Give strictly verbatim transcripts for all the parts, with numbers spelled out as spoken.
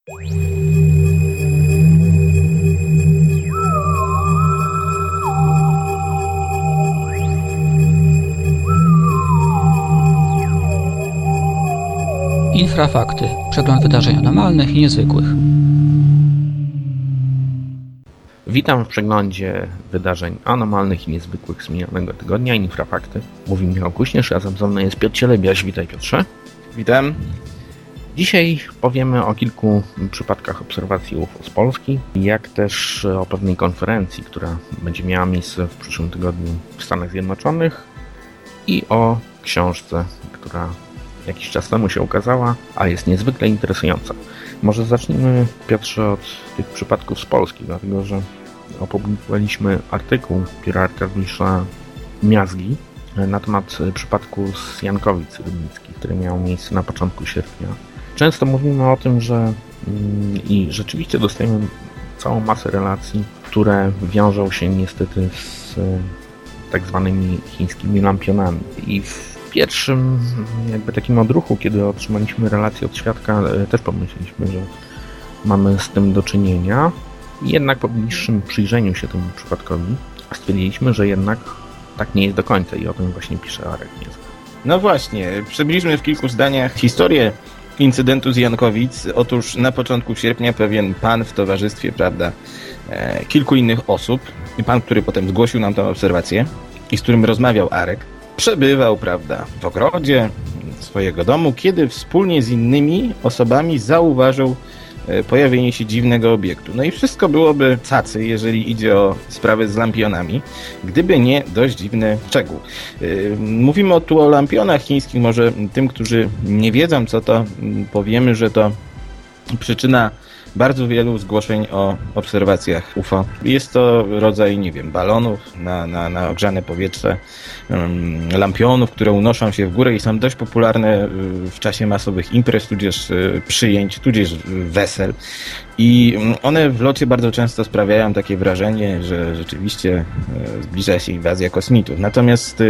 Infrafakty. Przegląd wydarzeń anormalnych i niezwykłych. Witam w przeglądzie wydarzeń anormalnych i niezwykłych z minionego tygodnia. Infrafakty. Mówi Michał Kuśnierz, razem ze mną jest Piotr Cielebiaś. Witaj, Piotrze. Witam. Dzisiaj powiemy o kilku przypadkach obserwacji U F O z Polski, jak też o pewnej konferencji, która będzie miała miejsce w przyszłym tygodniu w Stanach Zjednoczonych i o książce, która jakiś czas temu się ukazała, a jest niezwykle interesująca. Może zacznijmy, Piotrze, od tych przypadków z Polski, dlatego że opublikowaliśmy artykuł Pióra Arkadiusza Miazgi na temat przypadku z Jankowic Rybnickich, który miał miejsce na początku sierpnia. Często mówimy o tym, że i rzeczywiście dostajemy całą masę relacji, które wiążą się niestety z tak zwanymi chińskimi lampionami. I w pierwszym jakby takim odruchu, kiedy otrzymaliśmy relację od świadka, też pomyśleliśmy, że mamy z tym do czynienia. Jednak po bliższym przyjrzeniu się temu przypadkowi stwierdziliśmy, że jednak tak nie jest do końca i o tym właśnie pisze Arek Miazga. No właśnie, przybliżmy w kilku zdaniach historię incydentu z Jankowic. Otóż na początku sierpnia pewien pan w towarzystwie, prawda, e, kilku innych osób, i pan, który potem zgłosił nam tę obserwację i z którym rozmawiał Arek, przebywał, prawda, w ogrodzie swojego domu, kiedy wspólnie z innymi osobami zauważył pojawienie się dziwnego obiektu. No i wszystko byłoby cacy, jeżeli idzie o sprawy z lampionami, gdyby nie dość dziwny szczegół. Mówimy tu o lampionach chińskich, może tym, którzy nie wiedzą, co to, powiemy, że to przyczyna bardzo wielu zgłoszeń o obserwacjach U F O. Jest to rodzaj, nie wiem, balonów na, na, na ogrzane powietrze, um, lampionów, które unoszą się w górę i są dość popularne w czasie masowych imprez, tudzież przyjęć, tudzież wesel. I one w locie bardzo często sprawiają takie wrażenie, że rzeczywiście zbliża się inwazja kosmitów. Natomiast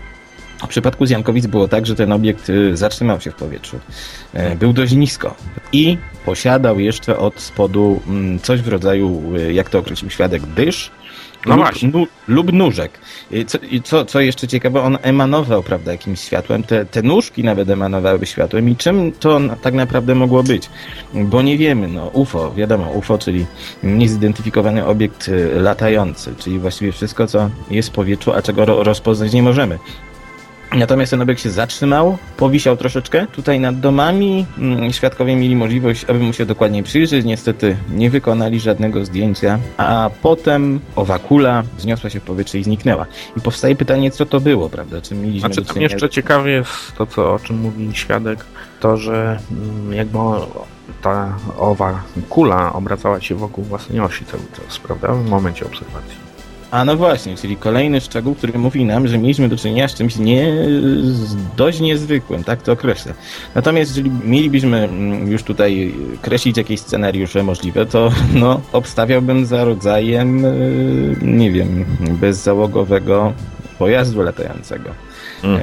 w przypadku z Jankowic było tak, że ten obiekt zatrzymał się w powietrzu. Był dość nisko i posiadał jeszcze od spodu coś w rodzaju, jak to określił świadek, dysz no lub, nu, lub nóżek. Co, co, co jeszcze ciekawe, on emanował, prawda, jakimś światłem. Te, te nóżki nawet emanowały światłem. I czym to tak naprawdę mogło być? Bo nie wiemy. No, U F O, wiadomo, U F O, czyli niezidentyfikowany obiekt latający, czyli właściwie wszystko, co jest w powietrzu, a czego ro, rozpoznać nie możemy. Natomiast ten obiekt się zatrzymał, powisiał troszeczkę tutaj nad domami. Świadkowie mieli możliwość, aby mu się dokładnie przyjrzeć. Niestety nie wykonali żadnego zdjęcia, a potem owa kula wzniosła się w powietrze i zniknęła. I powstaje pytanie, co to było, prawda? Czy mieliśmy znaczy, do tam czynienia... jeszcze ciekawie jest to, co, o czym mówi świadek, to, że jakby ta owa kula obracała się wokół własnej osi cały czas, prawda? W momencie obserwacji. A no właśnie, czyli kolejny szczegół, który mówi nam, że mieliśmy do czynienia z czymś nie, dość niezwykłym, tak to określę. Natomiast jeżeli mielibyśmy już tutaj kreślić jakieś scenariusze możliwe, to no, obstawiałbym za rodzajem, nie wiem, bezzałogowego pojazdu latającego. Hmm.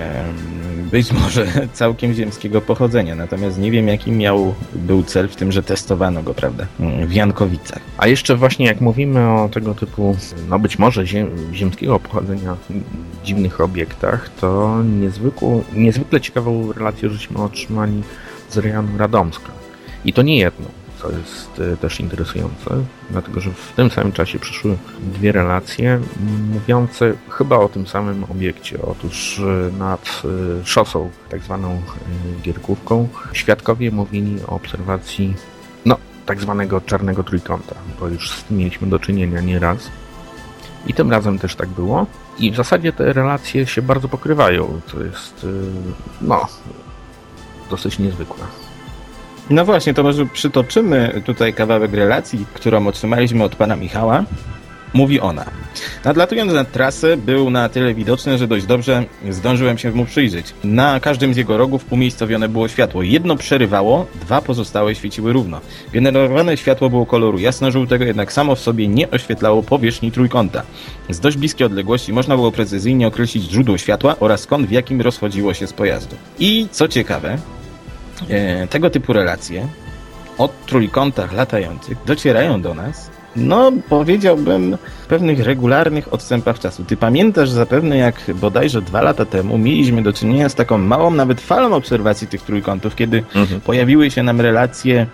Być może całkiem ziemskiego pochodzenia, natomiast nie wiem, jaki miał był cel w tym, że testowano go, prawda, w Jankowicach. A jeszcze właśnie jak mówimy o tego typu, no być może ziem, ziemskiego pochodzenia dziwnych obiektach, to niezwykłą, niezwykle ciekawą relację żeśmy otrzymali z rejonu Radomska. I to nie jedno, co jest też interesujące, dlatego że w tym samym czasie przyszły dwie relacje mówiące chyba o tym samym obiekcie. Otóż nad szosą, tak zwaną Gierkówką, świadkowie mówili o obserwacji no, tak zwanego czarnego trójkąta, bo już z tym mieliśmy do czynienia nieraz. I tym razem też tak było. I w zasadzie te relacje się bardzo pokrywają, co jest no, dosyć niezwykłe. No właśnie, to może przytoczymy tutaj kawałek relacji, którą otrzymaliśmy od pana Michała. Mówi ona. Nadlatując na trasę był na tyle widoczny, że dość dobrze zdążyłem się mu przyjrzeć. Na każdym z jego rogów umiejscowione było światło. Jedno przerywało, dwa pozostałe świeciły równo. Generowane światło było koloru jasno-żółtego, jednak samo w sobie nie oświetlało powierzchni trójkąta. Z dość bliskiej odległości można było precyzyjnie określić źródło światła oraz kąt, w jakim rozchodziło się z pojazdu. I co ciekawe, e, tego typu relacje o trójkątach latających docierają do nas, no powiedziałbym, w pewnych regularnych odstępach czasu. Ty pamiętasz zapewne, jak bodajże dwa lata temu mieliśmy do czynienia z taką małą nawet falą obserwacji tych trójkątów, kiedy mhm. pojawiły się nam relacje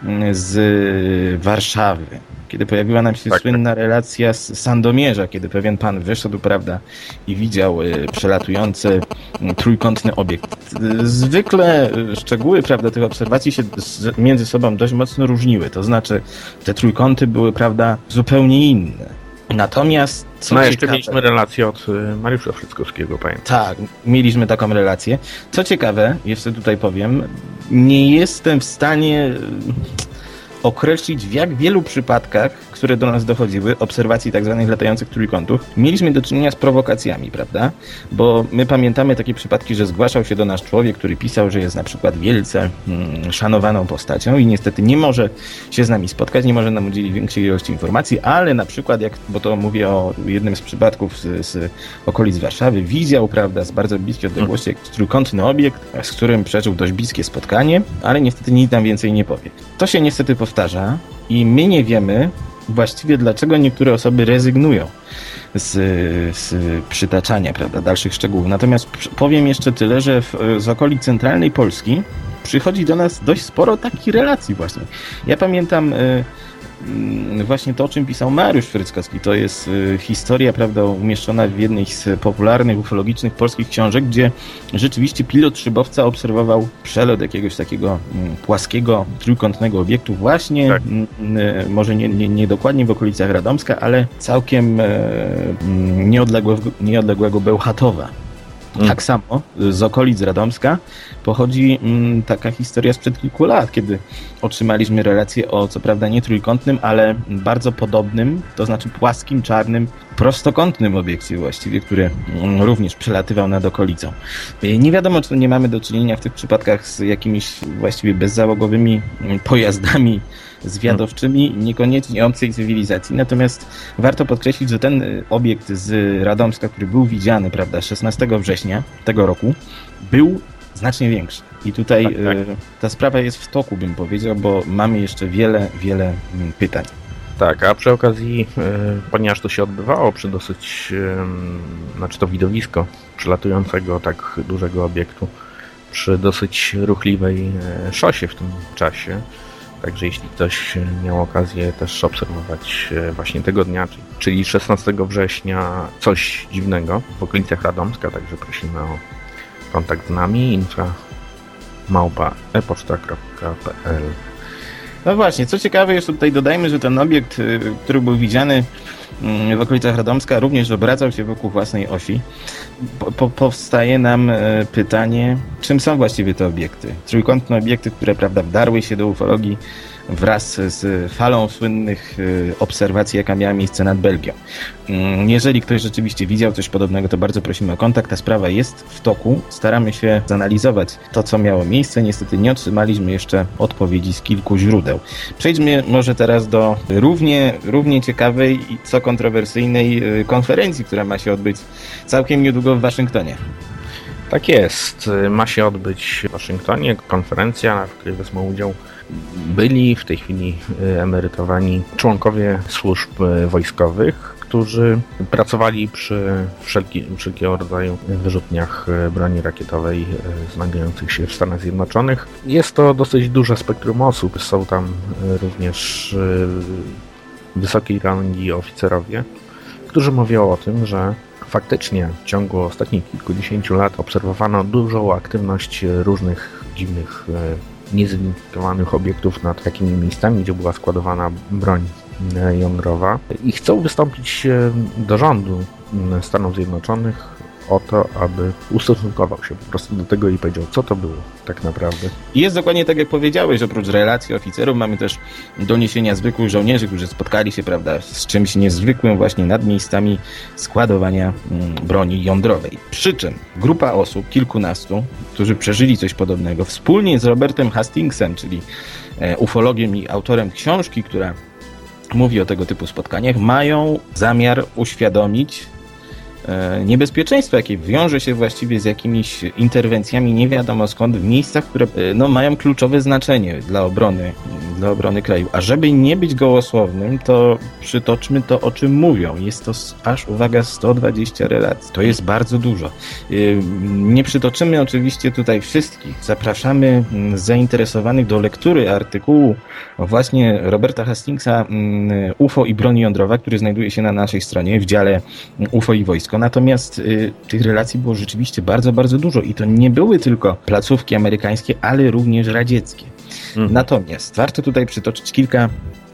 z Warszawy. Kiedy pojawiła nam się tak, słynna tak. relacja z Sandomierza, kiedy pewien pan wyszedł, prawda, i widział y, przelatujący y, trójkątny obiekt. Zwykle y, szczegóły, prawda, tych obserwacji się z, między sobą dość mocno różniły. To znaczy, te trójkąty były, prawda, zupełnie inne. Natomiast co No ciekawe, jeszcze mieliśmy relację od y, Mariusza Fryczkowskiego, pamiętam. Tak, mieliśmy taką relację. Co ciekawe, jeszcze tutaj powiem, nie jestem w stanie określić, w jak wielu przypadkach, które do nas dochodziły, obserwacji tak zwanych latających trójkątów, mieliśmy do czynienia z prowokacjami, prawda? Bo my pamiętamy takie przypadki, że zgłaszał się do nas człowiek, który pisał, że jest na przykład wielce hmm, szanowaną postacią i niestety nie może się z nami spotkać, nie może nam udzielić większej ilości informacji, ale na przykład, jak, bo to mówię o jednym z przypadków z, z okolic Warszawy, widział, prawda, z bardzo bliskiej odległości jakiś trójkątny obiekt, z którym przeżył dość bliskie spotkanie, ale niestety nic nam więcej nie powie. To się niestety powtarza i my nie wiemy właściwie dlaczego niektóre osoby rezygnują z, z przytaczania, prawda, dalszych szczegółów. Natomiast powiem jeszcze tyle, że w, z okolic centralnej Polski przychodzi do nas dość sporo takich relacji właśnie. Ja pamiętam y, y, właśnie to, o czym pisał Mariusz Fryczkowski. To jest y, historia, prawda, umieszczona w jednej z popularnych ufologicznych polskich książek, gdzie rzeczywiście pilot szybowca obserwował przelot jakiegoś takiego y, płaskiego, trójkątnego obiektu właśnie, tak. y, może nie, nie, nie dokładnie w okolicach Radomska, ale całkiem y, y, nieodległego, nieodległego Bełchatowa. Hmm. Tak samo z okolic Radomska pochodzi mm, taka historia sprzed kilku lat, kiedy otrzymaliśmy relację o, co prawda nie trójkątnym, ale bardzo podobnym, to znaczy płaskim, czarnym, prostokątnym obiekcie właściwie, który mm, również przelatywał nad okolicą. Nie wiadomo, czy nie mamy do czynienia w tych przypadkach z jakimiś właściwie bezzałogowymi pojazdami zwiadowczymi, niekoniecznie obcej cywilizacji. Natomiast warto podkreślić, że ten obiekt z Radomska, który był widziany, prawda, szesnastego września tego roku, był znacznie większy. I tutaj tak, tak. Y, ta sprawa jest w toku, bym powiedział, bo mamy jeszcze wiele, wiele y, pytań. Tak, a przy okazji, y, ponieważ to się odbywało przy dosyć, y, znaczy to widowisko przelatującego tak dużego obiektu, przy dosyć ruchliwej y, szosie w tym czasie, także jeśli ktoś miał okazję też obserwować właśnie tego dnia, czyli szesnastego września, coś dziwnego w okolicach Radomska, także prosimy o kontakt z nami, infra małpa e-poczta kropka p l. No właśnie, co ciekawe, jeszcze tutaj dodajmy, że ten obiekt, który był widziany w okolicach Radomska, również obracał się wokół własnej osi. Po, po, powstaje nam pytanie, czym są właściwie te obiekty? Trójkątne obiekty, które, prawda, wdarły się do ufologii wraz z falą słynnych obserwacji, jaka miała miejsce nad Belgią. Jeżeli ktoś rzeczywiście widział coś podobnego, to bardzo prosimy o kontakt. Ta sprawa jest w toku. Staramy się zanalizować to, co miało miejsce. Niestety nie otrzymaliśmy jeszcze odpowiedzi z kilku źródeł. Przejdźmy może teraz do równie, równie ciekawej i co kontrowersyjnej konferencji, która ma się odbyć całkiem niedługo w Waszyngtonie. Tak jest. Ma się odbyć w Waszyngtonie konferencja, w której wezmą udział byli w tej chwili emerytowani członkowie służb wojskowych, którzy pracowali przy wszelki, wszelkiego rodzaju wyrzutniach broni rakietowej znajdujących się w Stanach Zjednoczonych. Jest to dosyć duże spektrum osób. Są tam również wysokiej rangi oficerowie, którzy mówią o tym, że faktycznie w ciągu ostatnich kilkudziesięciu lat obserwowano dużą aktywność różnych dziwnych, niezidentyfikowanych obiektów nad takimi miejscami, gdzie była składowana broń jądrowa i chcą wystąpić do rządu Stanów Zjednoczonych o to, aby ustosunkował się po prostu do tego i powiedział, co to było tak naprawdę. Jest dokładnie tak, jak powiedziałeś, że oprócz relacji oficerów mamy też doniesienia zwykłych żołnierzy, którzy spotkali się, prawda, z czymś niezwykłym właśnie nad miejscami składowania mm, broni jądrowej. Przy czym grupa osób, kilkunastu, którzy przeżyli coś podobnego, wspólnie z Robertem Hastingsem, czyli e, ufologiem i autorem książki, która mówi o tego typu spotkaniach, mają zamiar uświadomić e, niebezpieczeństwa, jakie wiąże się właściwie z jakimiś interwencjami nie wiadomo skąd w miejscach, które e, no, mają kluczowe znaczenie dla obrony, dla obrony kraju. A żeby nie być gołosłownym, to przytoczmy to, o czym mówią. Jest to aż, uwaga, sto dwadzieścia relacji. To jest bardzo dużo. E, nie przytoczymy oczywiście tutaj wszystkich. Zapraszamy zainteresowanych do lektury artykułu właśnie Roberta Hastingsa U F O i broń jądrowa, który znajduje się na naszej stronie w dziale U F O i wojsko. Natomiast y, tych relacji było rzeczywiście bardzo, bardzo dużo i to nie były tylko placówki amerykańskie, ale również radzieckie. Mhm. Natomiast warto tutaj przytoczyć kilka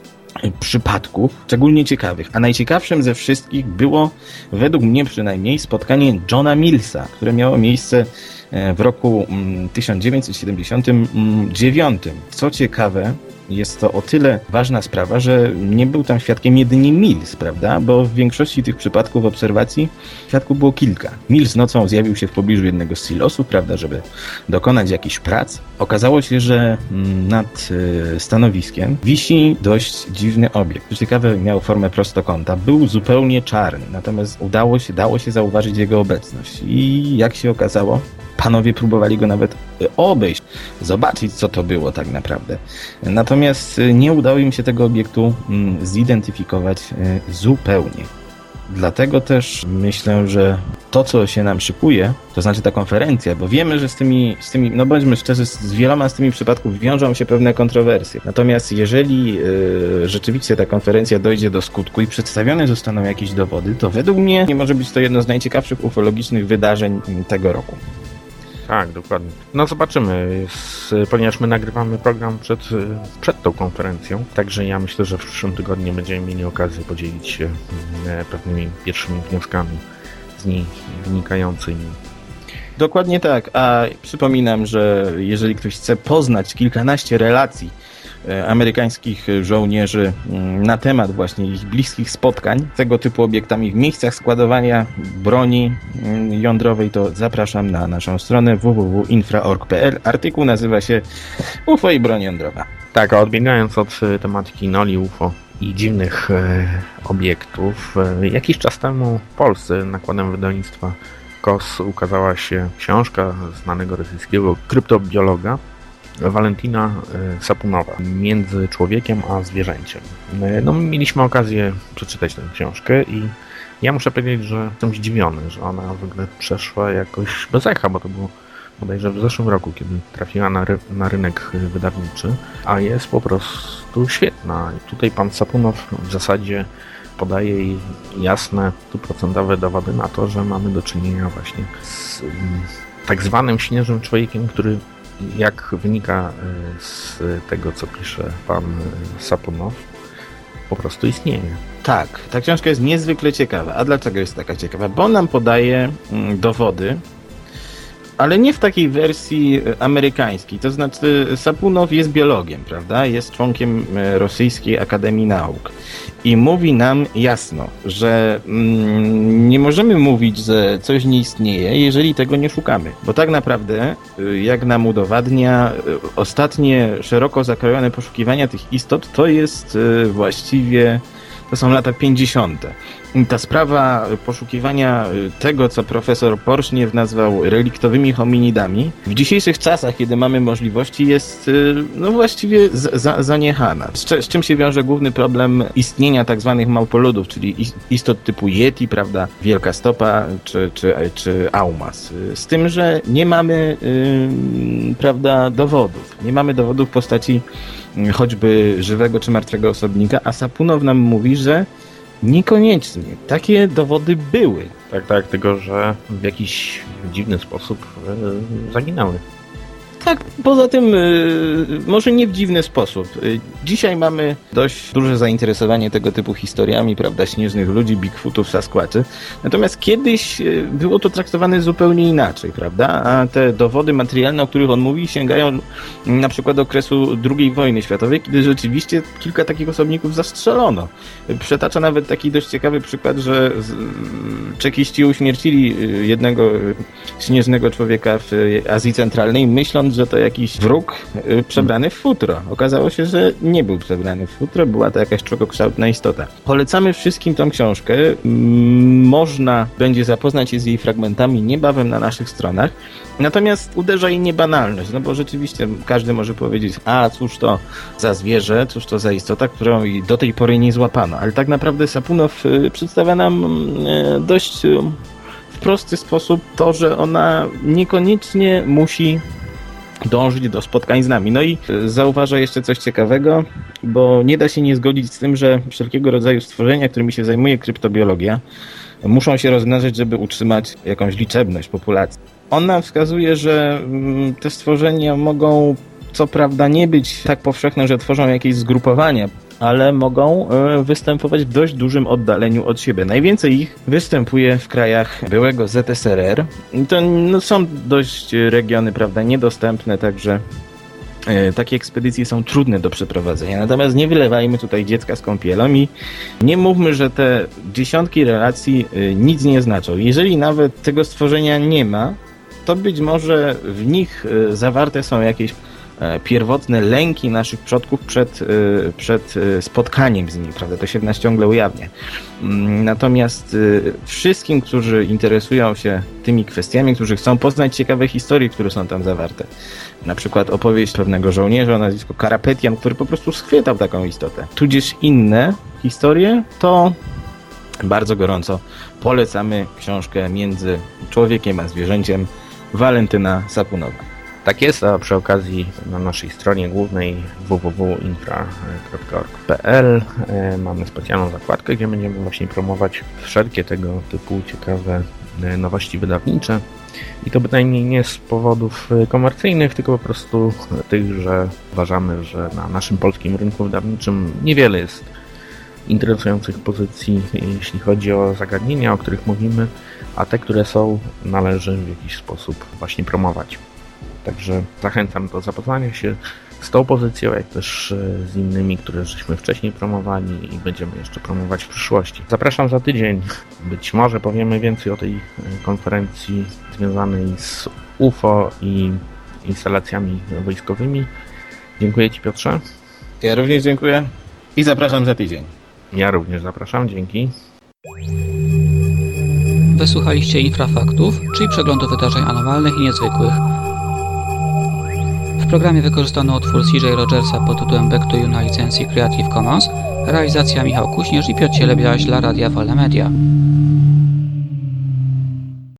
przypadków, szczególnie ciekawych. A najciekawszym ze wszystkich było, według mnie przynajmniej, spotkanie Johna Millsa, które miało miejsce w roku tysiąc dziewięćset siedemdziesiątym dziewiątym. Co ciekawe, jest to o tyle ważna sprawa, że nie był tam świadkiem jedynie Mills, prawda? Bo w większości tych przypadków obserwacji świadków było kilka. Mills nocą zjawił się w pobliżu jednego z silosów, prawda, żeby dokonać jakichś prac. Okazało się, że nad stanowiskiem wisi dość dziwny obiekt. Co ciekawe, miał formę prostokąta. Był zupełnie czarny, natomiast udało się, dało się zauważyć jego obecność. I jak się okazało, panowie próbowali go nawet obejść, zobaczyć, co to było tak naprawdę. Natomiast nie udało im się tego obiektu zidentyfikować zupełnie. Dlatego też myślę, że to, co się nam szykuje, to znaczy ta konferencja, bo wiemy, że z tymi, z tymi no bądźmy szczerzy, z wieloma z tymi przypadków wiążą się pewne kontrowersje. Natomiast jeżeli yy, rzeczywiście ta konferencja dojdzie do skutku i przedstawione zostaną jakieś dowody, to według mnie nie może być to jedno z najciekawszych ufologicznych wydarzeń tego roku. Tak, dokładnie. No zobaczymy, ponieważ my nagrywamy program przed, przed tą konferencją, także ja myślę, że w przyszłym tygodniu będziemy mieli okazję podzielić się pewnymi pierwszymi wnioskami z niej wynikającymi. Dokładnie tak, a przypominam, że jeżeli ktoś chce poznać kilkanaście relacji amerykańskich żołnierzy na temat właśnie ich bliskich spotkań z tego typu obiektami w miejscach składowania broni jądrowej, to zapraszam na naszą stronę w w w kropka infra kropka org kropka p l. Artykuł nazywa się U F O i broń jądrowa. Tak, a odbiegając od tematyki Noli, U F O i dziwnych e, obiektów, e, jakiś czas temu w Polsce nakładem wydawnictwa K O S ukazała się książka znanego rosyjskiego kryptobiologa Walentina Sapunowa, Między człowiekiem a zwierzęciem. No, mieliśmy okazję przeczytać tę książkę i ja muszę powiedzieć, że jestem zdziwiony, że ona w ogóle przeszła jakoś bez echa, bo to było bodajże w zeszłym roku, kiedy trafiła na, ry- na rynek wydawniczy, a jest po prostu świetna. I tutaj pan Sapunow w zasadzie podaje jasne, stuprocentowe dowody na to, że mamy do czynienia właśnie z tak zwanym śnieżnym człowiekiem, który, jak wynika z tego, co pisze pan Sapunow, po prostu istnieje. Tak, ta książka jest niezwykle ciekawa. A dlaczego jest taka ciekawa? Bo on nam podaje dowody, ale nie w takiej wersji amerykańskiej. To znaczy Sapunow jest biologiem, prawda? Jest członkiem Rosyjskiej Akademii Nauk. I mówi nam jasno, że mm, nie możemy mówić, że coś nie istnieje, jeżeli tego nie szukamy. Bo tak naprawdę, jak nam udowadnia, ostatnie szeroko zakrojone poszukiwania tych istot to jest właściwie, to są lata pięćdziesiąte. Ta sprawa poszukiwania tego, co profesor Porszniew nazwał reliktowymi hominidami, w dzisiejszych czasach, kiedy mamy możliwości, jest no właściwie za, zaniechana. Z, z czym się wiąże główny problem istnienia tak zwanych małpoludów, czyli istot typu Yeti, prawda, Wielka Stopa czy, czy, czy Aumas. Z tym, że nie mamy yy, prawda, dowodów. Nie mamy dowodów w postaci choćby żywego czy martwego osobnika, a Sapunow nam mówi, że niekoniecznie. Takie dowody były. Tak, tak, tylko że w jakiś dziwny sposób e, zaginęły. Tak, poza tym y, może nie w dziwny sposób. Y, dzisiaj mamy dość duże zainteresowanie tego typu historiami, prawda, śnieżnych ludzi, Bigfootów, Sasquatchy. Natomiast kiedyś y, było to traktowane zupełnie inaczej, prawda? A te dowody materialne, o których on mówi, sięgają na przykład okresu drugiej wojny światowej, kiedy rzeczywiście kilka takich osobników zastrzelono. Przetacza nawet taki dość ciekawy przykład, że z, czekiści uśmiercili jednego śnieżnego człowieka w Azji Centralnej, myśląc, że to jakiś wróg y, przebrany w futro. Okazało się, że nie był przebrany w futro, była to jakaś człowiekokształtna istota. Polecamy wszystkim tą książkę. Mm, można będzie zapoznać się z jej fragmentami niebawem na naszych stronach. Natomiast uderza jej niebanalność, no bo rzeczywiście każdy może powiedzieć, a cóż to za zwierzę, cóż to za istota, którą do tej pory nie złapano. Ale tak naprawdę Sapunow y, przedstawia nam y, dość y, w prosty sposób to, że ona niekoniecznie musi dążyć do spotkań z nami. No i zauważa jeszcze coś ciekawego, bo nie da się nie zgodzić z tym, że wszelkiego rodzaju stworzenia, którymi się zajmuje kryptobiologia, muszą się rozmnażać, żeby utrzymać jakąś liczebność populacji. Ona wskazuje, że te stworzenia mogą co prawda nie być tak powszechne, że tworzą jakieś zgrupowania, ale mogą występować w dość dużym oddaleniu od siebie. Najwięcej ich występuje w krajach byłego Z S R R. To no, są dość regiony, prawda, niedostępne, także e, takie ekspedycje są trudne do przeprowadzenia. Natomiast nie wylewajmy tutaj dziecka z kąpielą i nie mówmy, że te dziesiątki relacji e, nic nie znaczą. Jeżeli nawet tego stworzenia nie ma, to być może w nich e, zawarte są jakieś pierwotne lęki naszych przodków przed, przed spotkaniem z nimi, prawda? To się w nas ciągle ujawnia. Natomiast wszystkim, którzy interesują się tymi kwestiami, którzy chcą poznać ciekawe historie, które są tam zawarte, na przykład opowieść pewnego żołnierza o nazwisku Karapetian, który po prostu schwytał taką istotę, tudzież inne historie, to bardzo gorąco polecamy książkę Między człowiekiem a zwierzęciem Walentyna Sapunowa. Tak jest, a przy okazji na naszej stronie głównej w w w kropka infra kropka org kropka p l mamy specjalną zakładkę, gdzie będziemy właśnie promować wszelkie tego typu ciekawe nowości wydawnicze. I to bynajmniej nie z powodów komercyjnych, tylko po prostu tych, że uważamy, że na naszym polskim rynku wydawniczym niewiele jest interesujących pozycji, jeśli chodzi o zagadnienia, o których mówimy, a te, które są, należy w jakiś sposób właśnie promować. Także zachęcam do zapoznania się z tą pozycją, jak też z innymi, które żeśmy wcześniej promowali i będziemy jeszcze promować w przyszłości. Zapraszam za tydzień. Być może powiemy więcej o tej konferencji związanej z U F O i instalacjami wojskowymi. Dziękuję Ci, Piotrze. Ja również dziękuję i zapraszam za tydzień. Ja również zapraszam, dzięki. Wysłuchaliście Infrafaktów, czyli przeglądu wydarzeń anormalnych i niezwykłych. W programie wykorzystano utwór C J Rogersa pod tytułem Back to You na licencji Creative Commons, realizacja Michał Kuśnierz i Piotr Cielebiaś dla Radia Wolne Media.